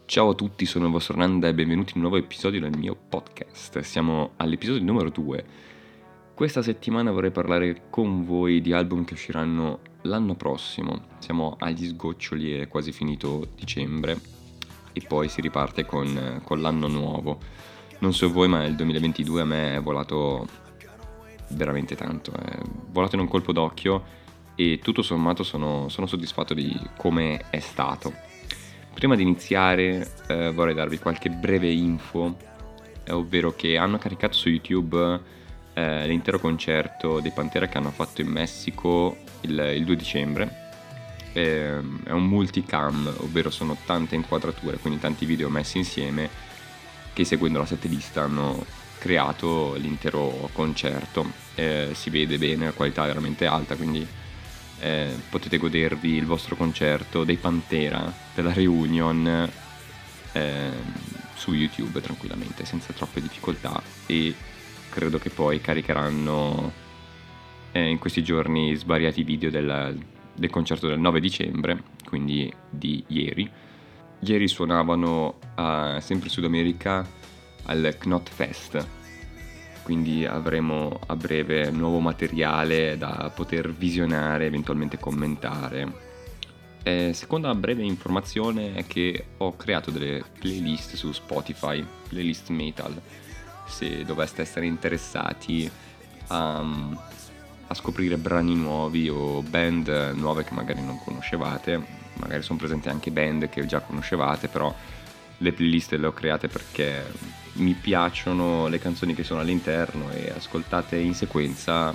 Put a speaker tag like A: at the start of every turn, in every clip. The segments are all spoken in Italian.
A: Ciao a tutti, sono il vostro Nanda e benvenuti in un nuovo episodio del mio podcast. Siamo all'episodio numero 2. Questa settimana vorrei parlare con voi di album che usciranno l'anno prossimo. Siamo agli sgoccioli, è quasi finito dicembre e poi si riparte con l'anno nuovo. Non so voi, ma il 2022 a me è volato veramente tanto, è volato in un colpo d'occhio e tutto sommato sono soddisfatto di come è stato. Prima di iniziare vorrei darvi qualche breve info, ovvero che hanno caricato su YouTube l'intero concerto dei Pantera che hanno fatto in Messico il 2 dicembre. È un multicam, ovvero sono tante inquadrature, quindi tanti video messi insieme che seguendo la setlist hanno creato l'intero concerto. Si vede bene, la qualità è veramente alta, quindi potete godervi il vostro concerto dei Pantera della reunion su YouTube tranquillamente, senza troppe difficoltà, e credo che poi caricheranno in questi giorni svariati video del concerto del 9 dicembre, quindi di ieri. Ieri suonavano sempre in Sud America al Knot Fest, quindi avremo a breve nuovo materiale da poter visionare, eventualmente commentare. Seconda breve informazione è che ho creato delle playlist su Spotify, playlist metal, se doveste essere interessati a scoprire brani nuovi o band nuove che magari non conoscevate. Magari sono presenti anche band che già conoscevate, però le playlist le ho create perché mi piacciono le canzoni che sono all'interno e ascoltate in sequenza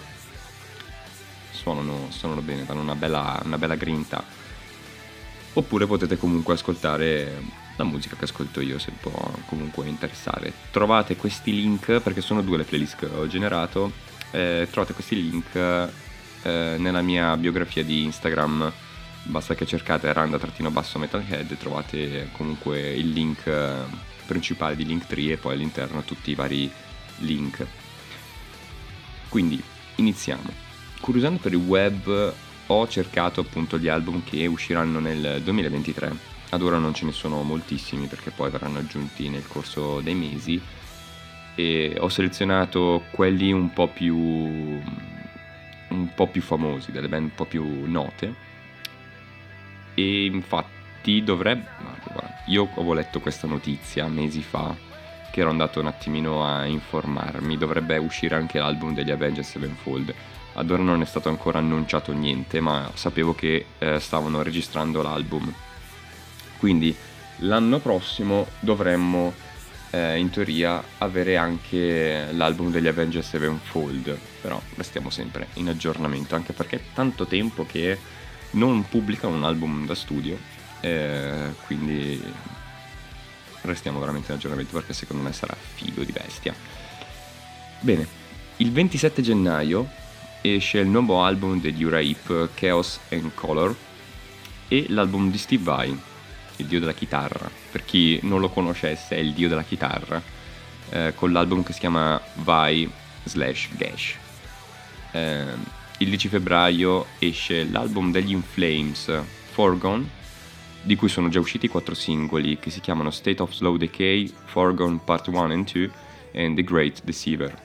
A: suonano bene, danno una bella grinta. Oppure potete comunque ascoltare la musica che ascolto io, se può comunque interessare. Trovate questi link, perché sono 2 le playlist che ho generato, trovate questi link nella mia biografia di Instagram. Basta che cercate randa-metalhead e trovate comunque il link principale di Linktree e poi all'interno tutti i vari link. Quindi iniziamo. Curiosando per il web ho cercato appunto gli album che usciranno nel 2023. Ad ora non ce ne sono moltissimi perché poi verranno aggiunti nel corso dei mesi, e ho selezionato quelli un po' più famosi, delle band un po' più note. E infatti io avevo letto questa notizia mesi fa, che ero andato un attimino a informarmi, dovrebbe uscire anche l'album degli Avenged Sevenfold. Ad ora non è stato ancora annunciato niente, ma sapevo che stavano registrando l'album, quindi l'anno prossimo dovremmo in teoria avere anche l'album degli Avenged Sevenfold, però restiamo sempre in aggiornamento, anche perché è tanto tempo che non pubblica un album da studio, quindi restiamo veramente in aggiornamento perché secondo me sarà figo di bestia. Bene, il 27 gennaio esce il nuovo album degli Uriah, Chaos and Color, e l'album di Steve Vai, il dio della chitarra. Per chi non lo conoscesse, è il dio della chitarra, con l'album che si chiama Vai/Gash. Il 10 febbraio esce l'album degli In Flames, Foregone, di cui sono già usciti 4 singoli che si chiamano State of Slow Decay, Foregone Part 1 and 2 e The Great Deceiver.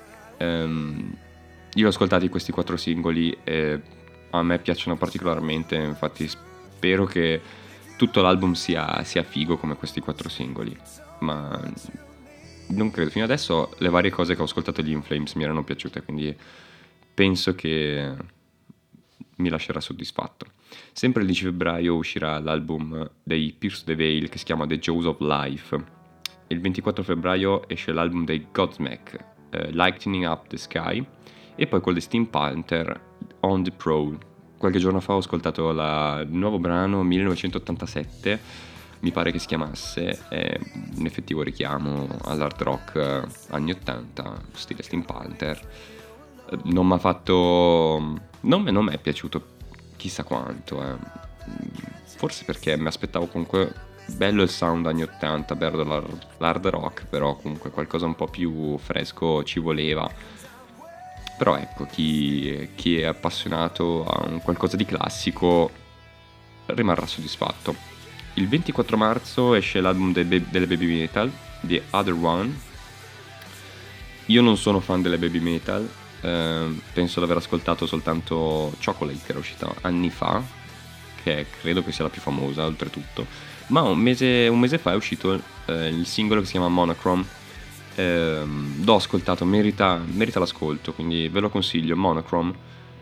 A: Io ho ascoltati questi 4 singoli e a me piacciono particolarmente, infatti spero che tutto l'album sia figo come questi 4 singoli, ma non credo. Fino adesso le varie cose che ho ascoltato degli In Flames mi erano piaciute, quindi penso che mi lascerà soddisfatto. Sempre il 10 febbraio uscirà l'album dei Pierce the Veil che si chiama The Jaws of Life. Il 24 febbraio esce l'album dei Godsmack, Lightening Up the Sky, e poi quello di Steam Panther, On the Prowl. Qualche giorno fa ho ascoltato il nuovo brano 1987, mi pare che si chiamasse, è un effettivo richiamo all'hard rock anni 80, stile Steam Panther. Non mi ha fatto... non mi è piaciuto chissà quanto, forse perché mi aspettavo comunque bello il sound anni 80, bello l'hard rock, però comunque qualcosa un po' più fresco ci voleva. Però ecco, chi è appassionato a un qualcosa di classico rimarrà soddisfatto. Il 24 marzo esce l'album delle Baby Metal, The Other One. Io non sono fan delle Baby Metal, penso di aver ascoltato soltanto Chocolate, che era uscita anni fa, che credo che sia la più famosa oltretutto, ma un mese fa è uscito il singolo che si chiama Monochrome. L'ho ascoltato, merita l'ascolto, quindi ve lo consiglio. Monochrome.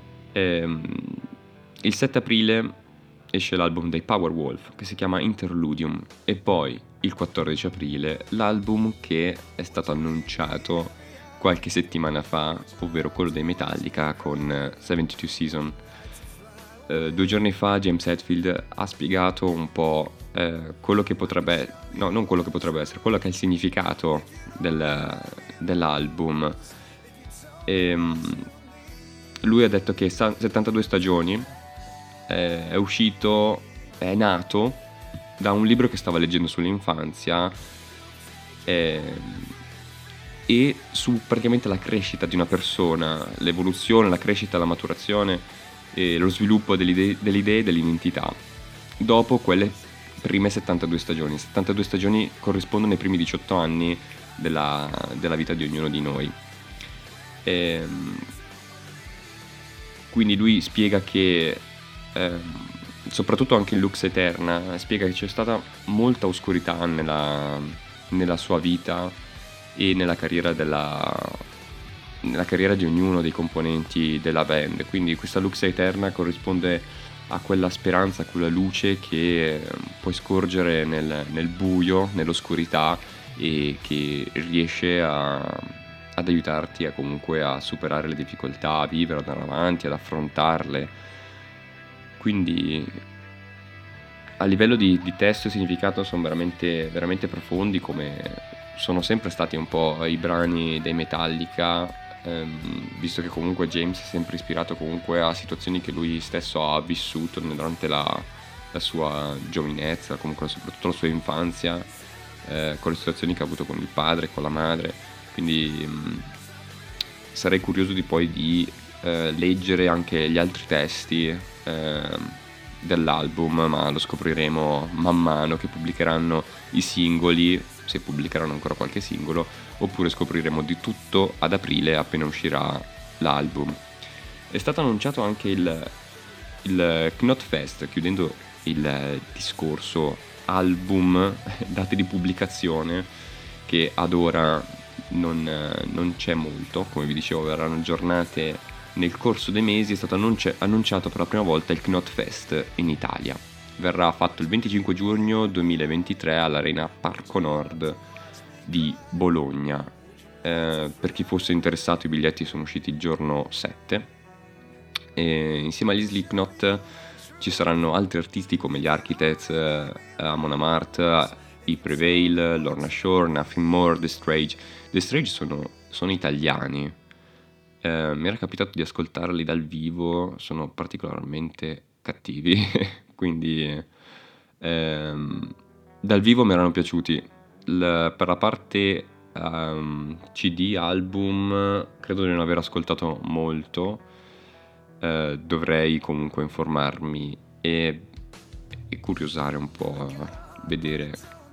A: Il 7 aprile esce l'album dei Powerwolf, che si chiama Interludium, e poi il 14 aprile l'album che è stato annunciato qualche settimana fa, ovvero quello dei Metallica con 72 Season. 2 giorni fa James Hetfield ha spiegato un po' quello che potrebbe, no, non quello che potrebbe essere, quello che è il significato dell'album. Lui ha detto che 72 stagioni è uscito, è nato da un libro che stava leggendo sull'infanzia e su praticamente la crescita di una persona, l'evoluzione, la crescita, la maturazione e lo sviluppo delle idee e dell'identità dopo quelle prime 72 stagioni. 72 stagioni corrispondono ai primi 18 anni della vita di ognuno di noi. Quindi lui spiega che soprattutto anche in Lux Eterna spiega che c'è stata molta oscurità nella sua vita e nella carriera di ognuno dei componenti della band. Quindi questa Lux Eterna corrisponde a quella speranza, a quella luce che puoi scorgere nel buio, nell'oscurità, e che riesce ad aiutarti a comunque a superare le difficoltà, a vivere, ad andare avanti, ad affrontarle. Quindi a livello di testo e significato sono veramente, veramente profondi, come sono sempre stati un po' i brani dei Metallica, visto che comunque James è sempre ispirato comunque a situazioni che lui stesso ha vissuto durante la sua giovinezza, comunque soprattutto la sua infanzia, con le situazioni che ha avuto con il padre, con la madre. Quindi sarei curioso di leggere anche gli altri testi dell'album, ma lo scopriremo man mano che pubblicheranno i singoli, se pubblicheranno ancora qualche singolo, oppure scopriremo di tutto ad aprile appena uscirà l'album. È stato annunciato anche il Knotfest, chiudendo il discorso album, date di pubblicazione, che ad ora non c'è molto. Come vi dicevo, verranno aggiornate nel corso dei mesi. È stato annunciato per la prima volta il Knotfest in Italia. Verrà fatto il 25 giugno 2023 all'Arena Parco Nord di Bologna. Per chi fosse interessato, i biglietti sono usciti il giorno 7. E insieme agli Slipknot ci saranno altri artisti come gli Architects, Amon Amarth, i Prevail, Lorna Shore, Nothing More, The Strage. The Strage sono italiani. Mi era capitato di ascoltarli dal vivo, sono particolarmente cattivi, quindi dal vivo mi erano piaciuti. Per la parte CD, album, credo di non aver ascoltato molto. Dovrei comunque informarmi e curiosare un po', vedere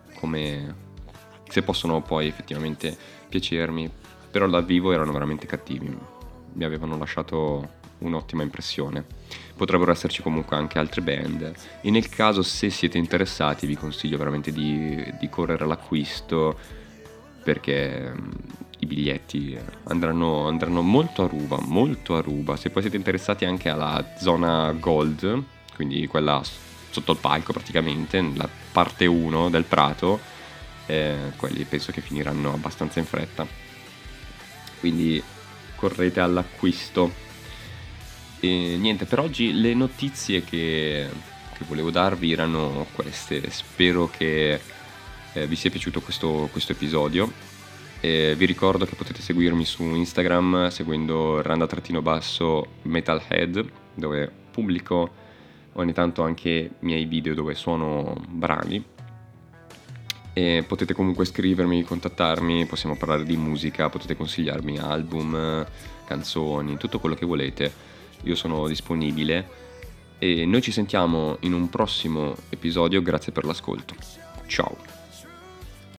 A: se possono poi effettivamente piacermi. Però dal vivo erano veramente cattivi, mi avevano lasciato un'ottima impressione. Potrebbero esserci comunque anche altre band, e nel caso, se siete interessati, vi consiglio veramente di correre all'acquisto, perché i biglietti andranno molto a ruba. Se poi siete interessati anche alla zona Gold, quindi quella sotto il palco praticamente, la parte 1 del Prato, quelli penso che finiranno abbastanza in fretta, quindi correte all'acquisto. E niente, per oggi le notizie che volevo darvi erano queste. Spero che vi sia piaciuto questo episodio. Vi ricordo che potete seguirmi su Instagram seguendo randa_metalhead, dove pubblico ogni tanto anche i miei video dove suono brani. E potete comunque scrivermi, contattarmi, possiamo parlare di musica, potete consigliarmi album, canzoni, tutto quello che volete. Io sono disponibile, e noi ci sentiamo in un prossimo episodio, grazie per l'ascolto. Ciao!